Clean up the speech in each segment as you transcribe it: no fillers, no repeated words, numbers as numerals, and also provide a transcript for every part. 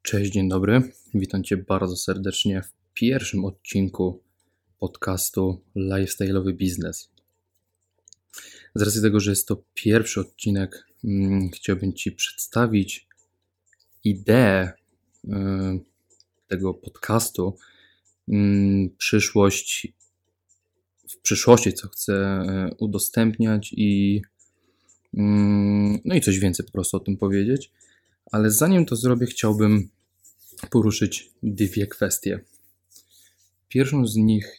Cześć, dzień dobry. Witam Cię bardzo serdecznie w pierwszym odcinku podcastu Lifestyle'owy Biznes. Z racji tego, że jest to pierwszy odcinek, chciałbym Ci przedstawić ideę tego podcastu, w przyszłości, co chcę udostępniać i coś więcej po prostu o tym powiedzieć. Ale zanim to zrobię, chciałbym poruszyć dwie kwestie. Pierwszą z nich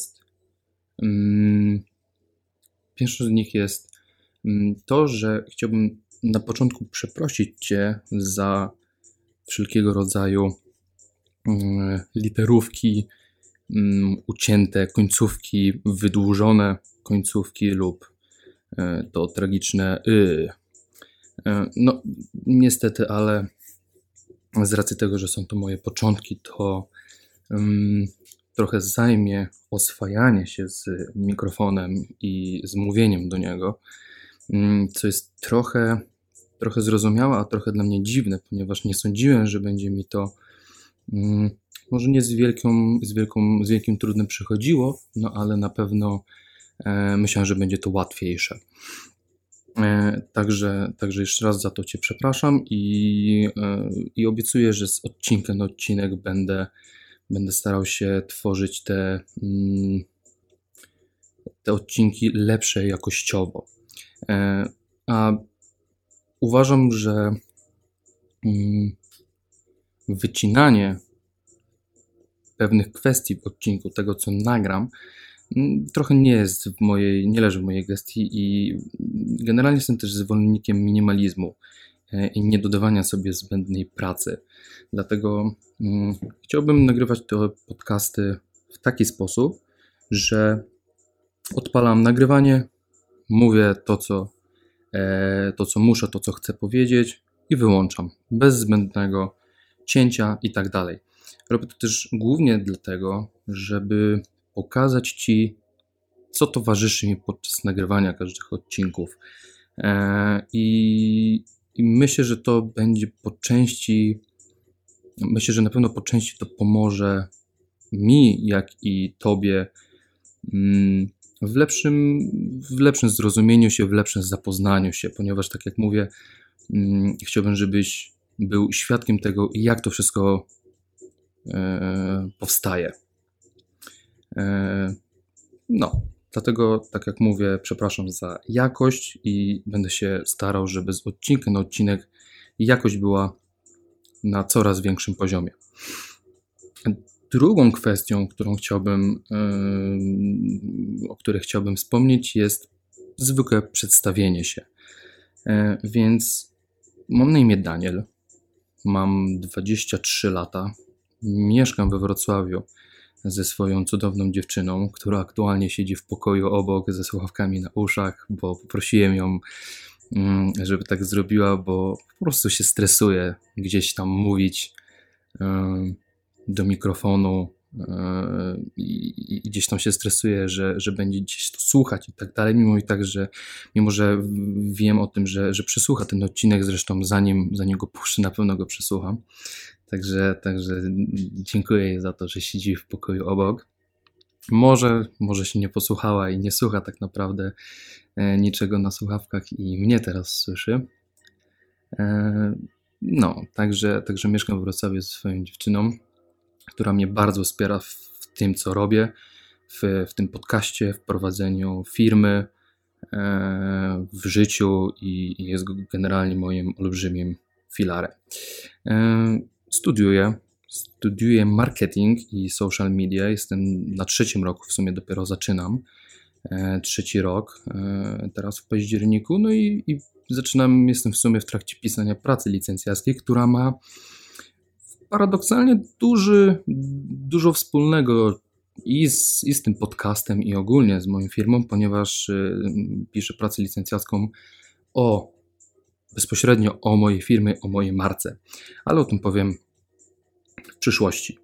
jest to, że chciałbym na początku przeprosić Cię za wszelkiego rodzaju literówki, ucięte końcówki, wydłużone końcówki lub to tragiczne No, niestety, ale z racji tego, że są to moje początki, to trochę zajmie oswajanie się z mikrofonem i z mówieniem do niego, co jest trochę zrozumiałe, a trochę dla mnie dziwne, ponieważ nie sądziłem, że będzie mi to może nie z wielkim trudem przychodziło, no ale na pewno myślałem, że będzie to łatwiejsze. Także jeszcze raz za to Cię przepraszam i obiecuję, że z odcinka na odcinek będę starał się tworzyć te odcinki lepsze jakościowo. A uważam, że wycinanie pewnych kwestii w odcinku, tego co nagram, trochę nie leży w mojej gestii i generalnie jestem też zwolennikiem minimalizmu i nie dodawania sobie zbędnej pracy. Dlatego chciałbym nagrywać te podcasty w taki sposób, że odpalam nagrywanie, mówię to co muszę, to co chcę powiedzieć i wyłączam, bez zbędnego cięcia i tak dalej. Robię to też głównie dlatego, żeby pokazać Ci, co towarzyszy mi podczas nagrywania każdych odcinków. I myślę, że to będzie na pewno po części to pomoże mi, jak i Tobie w lepszym zrozumieniu się, w lepszym zapoznaniu się, ponieważ tak jak mówię, chciałbym, żebyś był świadkiem tego, jak to wszystko powstaje. Dlatego, tak jak mówię, przepraszam za jakość i będę się starał, żeby z odcinka na odcinek jakość była na coraz większym poziomie. Drugą kwestią, o której chciałbym wspomnieć, jest zwykłe przedstawienie się. Więc mam na imię Daniel, mam 23 lata, mieszkam we Wrocławiu ze swoją cudowną dziewczyną, która aktualnie siedzi w pokoju obok ze słuchawkami na uszach, bo poprosiłem ją, żeby tak zrobiła, bo po prostu się stresuje gdzieś tam mówić do mikrofonu i gdzieś tam się stresuje, że będzie gdzieś to słuchać i tak dalej, mimo że wiem o tym, że przesłucha ten odcinek, zresztą zanim go puszczę, na pewno go przesłucham. Także dziękuję jej za to, że siedzi w pokoju obok. Może się nie posłuchała i nie słucha tak naprawdę niczego na słuchawkach i mnie teraz słyszy. Także mieszkam w Wrocławiu ze swoją dziewczyną, która mnie bardzo wspiera w tym, co robię, w tym podcaście, w prowadzeniu firmy, w życiu i jest generalnie moim olbrzymim filarem. Studiuję marketing i social media. Jestem na 3. roku, w sumie dopiero zaczynam. 3. rok, teraz w październiku. No i jestem w sumie w trakcie pisania pracy licencjackiej, która ma paradoksalnie dużo wspólnego i z tym podcastem i ogólnie z moją firmą, ponieważ piszę pracę licencjacką bezpośrednio o mojej firmie, o mojej marce, ale o tym powiem w przyszłości.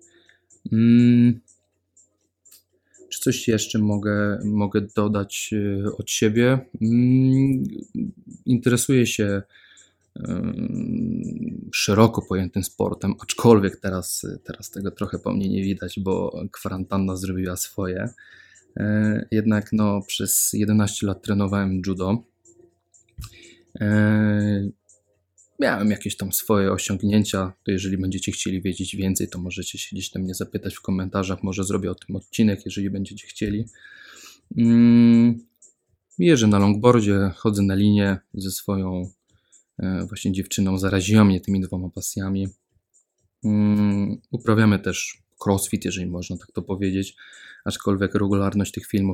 Czy coś jeszcze mogę dodać od siebie? Interesuję się szeroko pojętym sportem, aczkolwiek teraz tego trochę po mnie nie widać, bo kwarantanna zrobiła swoje. Jednak przez 11 lat trenowałem judo. Miałem jakieś tam swoje osiągnięcia, to jeżeli będziecie chcieli wiedzieć więcej, to możecie się gdzieś tam mnie zapytać w komentarzach, może zrobię o tym odcinek, jeżeli będziecie chcieli. Jeżdżę na longboardzie, chodzę na linię ze swoją właśnie dziewczyną, zaraziła mnie tymi 2 pasjami. Uprawiamy też crossfit, jeżeli można tak to powiedzieć, aczkolwiek regularność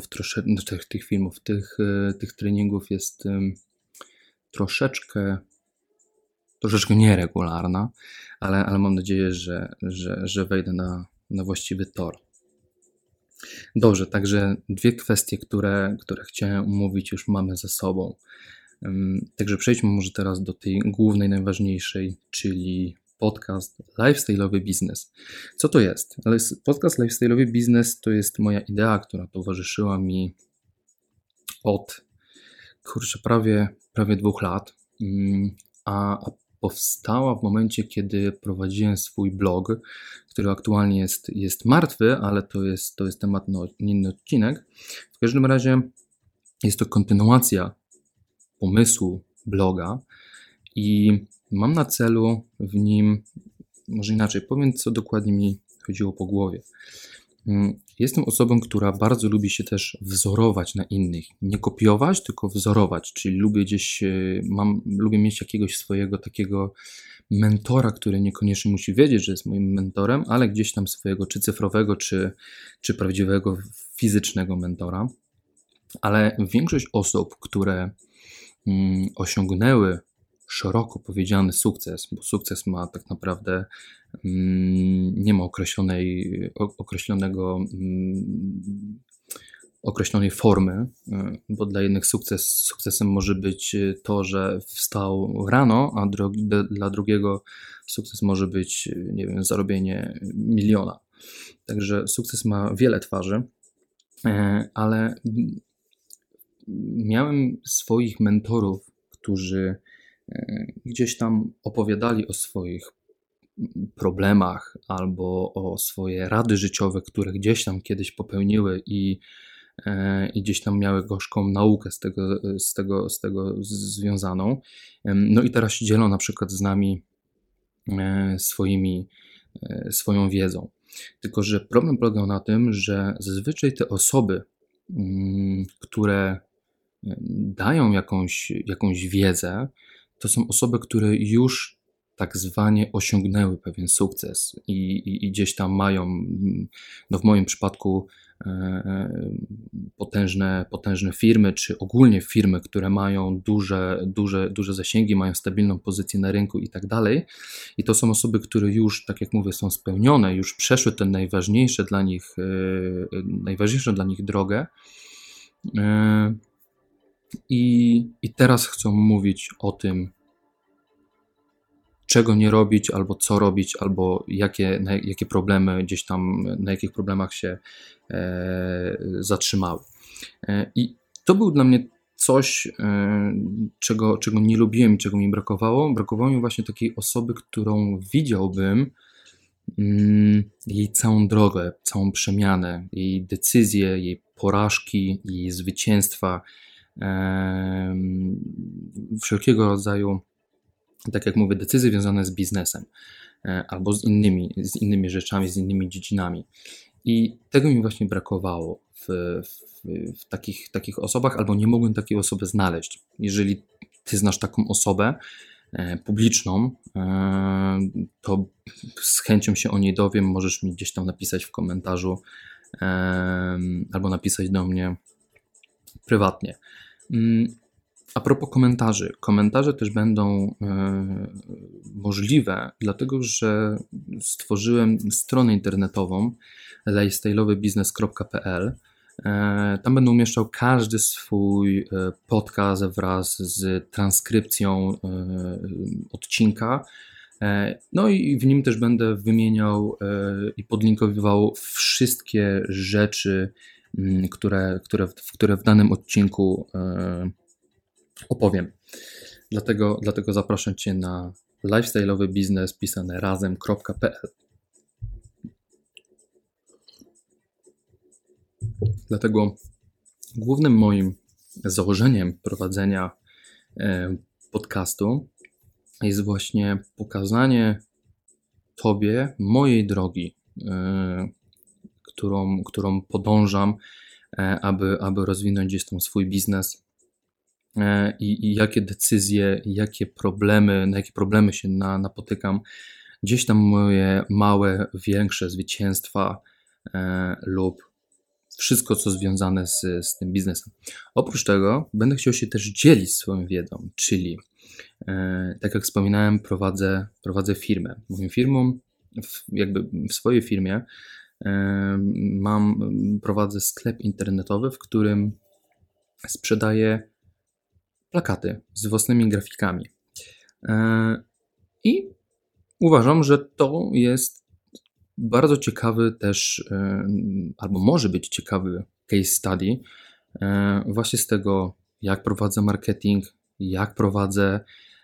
tych treningów jest troszeczkę nieregularna, ale mam nadzieję, że wejdę na właściwy tor. Dobrze, także 2 kwestie, które chciałem omówić, już mamy za sobą. Także przejdźmy może teraz do tej głównej, najważniejszej, czyli podcast Lifestyle'owy Biznes. Co to jest? Podcast Lifestyle'owy Biznes to jest moja idea, która towarzyszyła mi od prawie 2 lat, a powstała w momencie, kiedy prowadziłem swój blog, który aktualnie jest martwy, ale to jest temat na inny odcinek. W każdym razie jest to kontynuacja pomysłu bloga i mam na celu w nim, może inaczej powiem, co dokładnie mi chodziło po głowie. Jestem osobą, która bardzo lubi się też wzorować na innych. Nie kopiować, tylko wzorować, czyli lubię mieć jakiegoś swojego takiego mentora, który niekoniecznie musi wiedzieć, że jest moim mentorem, ale gdzieś tam swojego czy cyfrowego, czy prawdziwego fizycznego mentora. Ale większość osób, które osiągnęły szeroko powiedziany sukces, bo sukces ma tak naprawdę nie ma określonej formy, bo dla jednych sukcesem może być to, że wstał rano, a dla drugiego sukces może być, nie wiem, zarobienie 1 miliona. Także sukces ma wiele twarzy, ale miałem swoich mentorów, którzy gdzieś tam opowiadali o swoich problemach albo o swoje rady życiowe, które gdzieś tam kiedyś popełniły i gdzieś tam miały gorzką naukę z tego związaną. No i teraz się dzielą na przykład z nami swoją wiedzą. Tylko że problem polegał na tym, że zazwyczaj te osoby, które dają jakąś wiedzę, to są osoby, które już tak zwanie osiągnęły pewien sukces i gdzieś tam mają, w moim przypadku potężne firmy, czy ogólnie firmy, które mają duże zasięgi, mają stabilną pozycję na rynku i tak dalej. I to są osoby, które już, tak jak mówię, są spełnione, już przeszły tę najważniejszą dla nich drogę. I teraz chcą mówić o tym, czego nie robić, albo co robić, albo jakie problemy gdzieś tam, na jakich problemach się zatrzymały. I to był dla mnie coś, czego nie lubiłem i czego mi brakowało. Brakowało mi właśnie takiej osoby, którą widziałbym jej całą drogę, całą przemianę, jej decyzje, jej porażki, jej zwycięstwa, wszelkiego rodzaju, tak jak mówię, decyzje związane z biznesem albo z innymi rzeczami, z innymi dziedzinami. I tego mi właśnie brakowało w takich osobach, albo nie mogłem takiej osoby znaleźć. Jeżeli ty znasz taką osobę publiczną, to z chęcią się o niej dowiem, możesz mi gdzieś tam napisać w komentarzu albo napisać do mnie prywatnie. A propos komentarzy. Komentarze też będą możliwe, dlatego że stworzyłem stronę internetową lifestyle'owybiznes.pl. Tam będę umieszczał każdy swój podcast wraz z transkrypcją odcinka. No i w nim też będę wymieniał i podlinkowywał wszystkie rzeczy, które w danym odcinku opowiem. Dlatego zapraszam Cię na lifestyle'owy biznes pisane razem.pl. Dlatego głównym moim założeniem prowadzenia podcastu jest właśnie pokazanie Tobie mojej drogi, którą podążam, aby rozwinąć gdzieś tam swój biznes i jakie decyzje, na jakie problemy się napotykam, gdzieś tam moje małe, większe zwycięstwa lub wszystko, co związane z tym biznesem. Oprócz tego będę chciał się też dzielić swoją wiedzą, czyli tak jak wspominałem, prowadzę firmę. Moją firmą, w swojej firmie prowadzę sklep internetowy, w którym sprzedaję plakaty z własnymi grafikami. I uważam, że to jest bardzo ciekawy też, albo może być ciekawy case study właśnie z tego, jak prowadzę marketing, jak prowadzę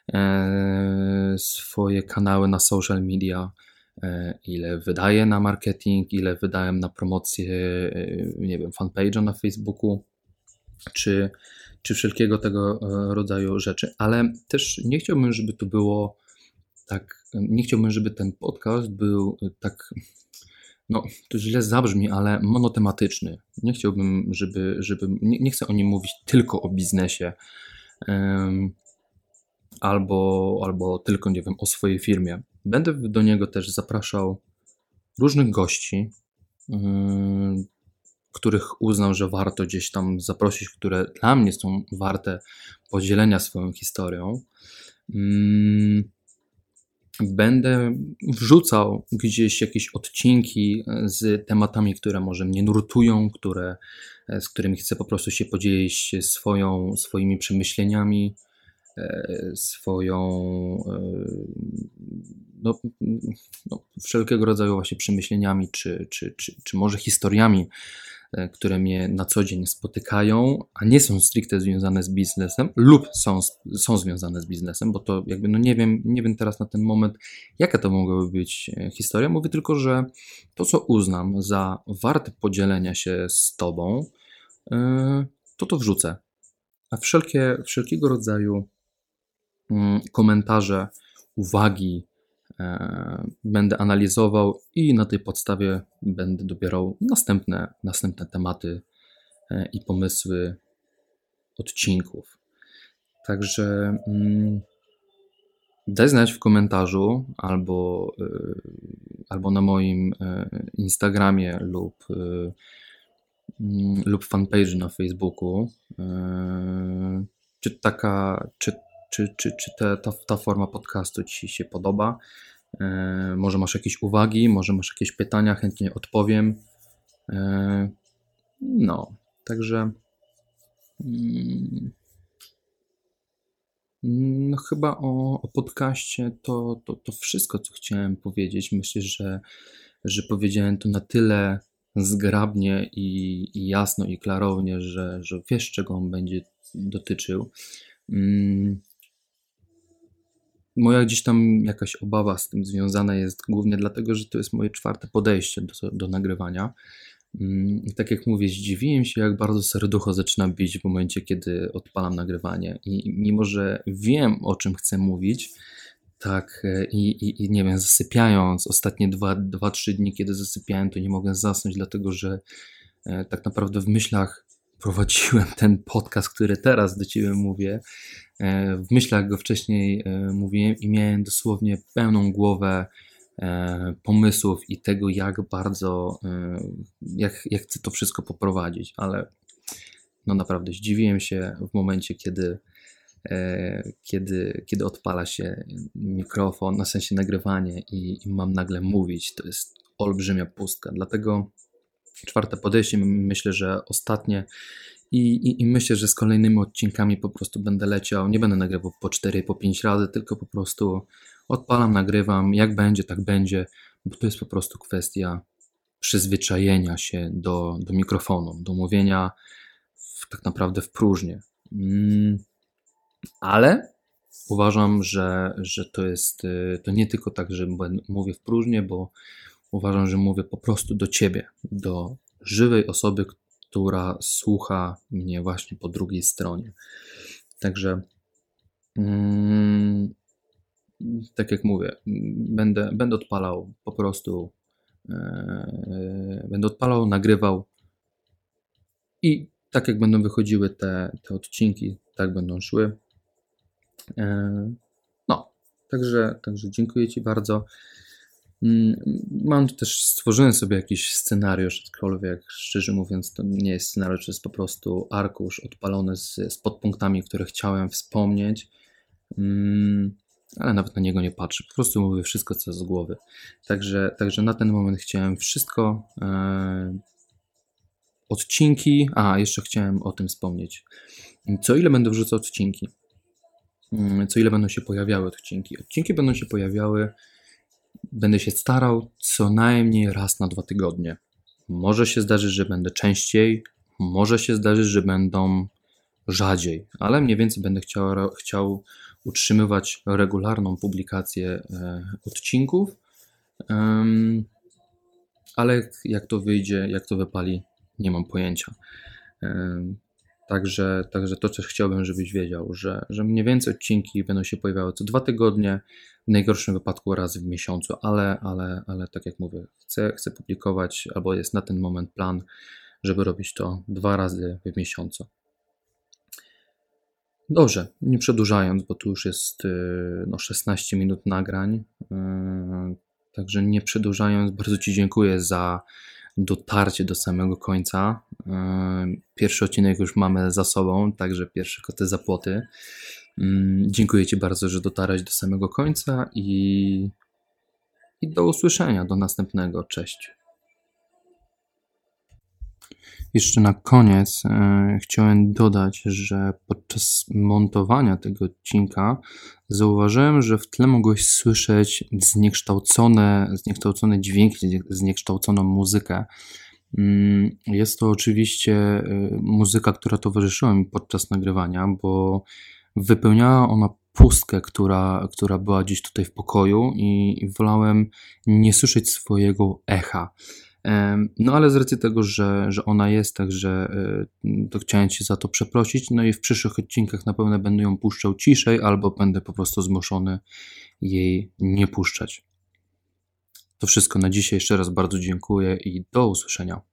swoje kanały na social media, ile wydaję na marketing, ile wydałem na promocję, nie wiem, fanpage'a na Facebooku, czy wszelkiego tego rodzaju rzeczy, ale też nie chciałbym, żeby to było tak, nie chciałbym, żeby ten podcast był tak, no to źle zabrzmi, ale monotematyczny. Nie chciałbym, nie chcę o nim mówić tylko o biznesie, albo tylko, nie wiem, o swojej firmie. Będę do niego też zapraszał różnych gości, których uznam, że warto gdzieś tam zaprosić, które dla mnie są warte podzielenia swoją historią. Będę wrzucał gdzieś jakieś odcinki z tematami, które może mnie nurtują, z którymi chcę po prostu się podzielić swoimi przemyśleniami, wszelkiego rodzaju właśnie przemyśleniami, czy może historiami, które mnie na co dzień spotykają, a nie są stricte związane z biznesem lub są związane z biznesem, bo to jakby nie wiem teraz na ten moment, jaka to mogłaby być historia. Mówię tylko, że to, co uznam za warte podzielenia się z Tobą, to wrzucę. A wszelkiego rodzaju komentarze, uwagi będę analizował i na tej podstawie będę dobierał następne tematy i pomysły odcinków. Także daj znać w komentarzu albo na moim Instagramie lub fanpage na Facebooku, czy ta forma podcastu Ci się podoba. Może masz jakieś uwagi, może masz jakieś pytania, chętnie odpowiem. No, także no chyba o podcaście to wszystko, co chciałem powiedzieć. Myślę, że powiedziałem to na tyle zgrabnie i jasno i klarownie, że wiesz, czego on będzie dotyczył. Moja gdzieś tam jakaś obawa z tym związana jest głównie dlatego, że to jest moje 4. podejście do nagrywania. I tak jak mówię, zdziwiłem się, jak bardzo serducho zaczyna bić w momencie, kiedy odpalam nagrywanie. I mimo, że wiem, o czym chcę mówić, tak i nie wiem, zasypiając ostatnie 2-3 dni, kiedy zasypiałem, to nie mogę zasnąć, dlatego że tak naprawdę w myślach prowadziłem ten podcast, który teraz do Ciebie mówię. W myślach go wcześniej mówiłem i miałem dosłownie pełną głowę pomysłów i tego, jak bardzo, jak chcę to wszystko poprowadzić, ale no naprawdę zdziwiłem się w momencie, kiedy odpala się mikrofon, na sensie nagrywanie i mam nagle mówić. To jest olbrzymia pustka, dlatego 4. podejście, myślę, że ostatnie i myślę, że z kolejnymi odcinkami po prostu będę leciał, nie będę nagrywał po 4, po 5 razy, tylko po prostu odpalam, nagrywam, jak będzie, tak będzie, bo to jest po prostu kwestia przyzwyczajenia się do mikrofonu, do mówienia tak naprawdę w próżnię. Ale Uważam, że to nie tylko tak, że mówię w próżnię, bo uważam, że mówię po prostu do ciebie, do żywej osoby, która słucha mnie właśnie po drugiej stronie. Także tak jak mówię, będę odpalał po prostu, będę odpalał, nagrywał i tak jak będą wychodziły te odcinki, tak będą szły. No, także dziękuję Ci bardzo. Mam tu też, stworzyłem sobie jakiś scenariusz, aczkolwiek szczerze mówiąc to nie jest scenariusz, to jest po prostu arkusz odpalony z podpunktami, które chciałem wspomnieć, ale nawet na niego nie patrzę, po prostu mówię wszystko co z głowy. Także na ten moment chciałem wszystko, odcinki, jeszcze chciałem o tym wspomnieć. Co ile będę wrzucał odcinki? Co ile będą się pojawiały odcinki? Odcinki będą się pojawiały, będę się starał co najmniej raz na 2 tygodnie. Może się zdarzyć, że będę częściej, może się zdarzyć, że będą rzadziej, ale mniej więcej będę chciał utrzymywać regularną publikację odcinków, ale jak to wyjdzie, jak to wypali, nie mam pojęcia. Także to też chciałbym, żebyś wiedział, że mniej więcej odcinki będą się pojawiały co 2 tygodnie, w najgorszym wypadku raz w miesiącu, ale tak jak mówię, chcę publikować, albo jest na ten moment plan, żeby robić to 2 razy w miesiącu. Dobrze, nie przedłużając, bo tu już jest 16 minut nagrań, także nie przedłużając, bardzo Ci dziękuję za dotarcie do samego końca. Pierwszy odcinek już mamy za sobą, także pierwsze koty za płoty. Dziękuję Ci bardzo, że dotarłeś do samego końca i do usłyszenia, do następnego. Cześć. Jeszcze na koniec chciałem dodać, że podczas montowania tego odcinka zauważyłem, że w tle mogłeś słyszeć zniekształcone dźwięki, zniekształconą muzykę. Jest to oczywiście muzyka, która towarzyszyła mi podczas nagrywania, bo wypełniała ona pustkę, która była gdzieś tutaj w pokoju i wolałem nie słyszeć swojego echa. No ale z racji tego, że ona jest, także to chciałem Cię za to przeprosić. No i w przyszłych odcinkach na pewno będę ją puszczał ciszej, albo będę po prostu zmuszony jej nie puszczać. To wszystko na dzisiaj. Jeszcze raz bardzo dziękuję i do usłyszenia.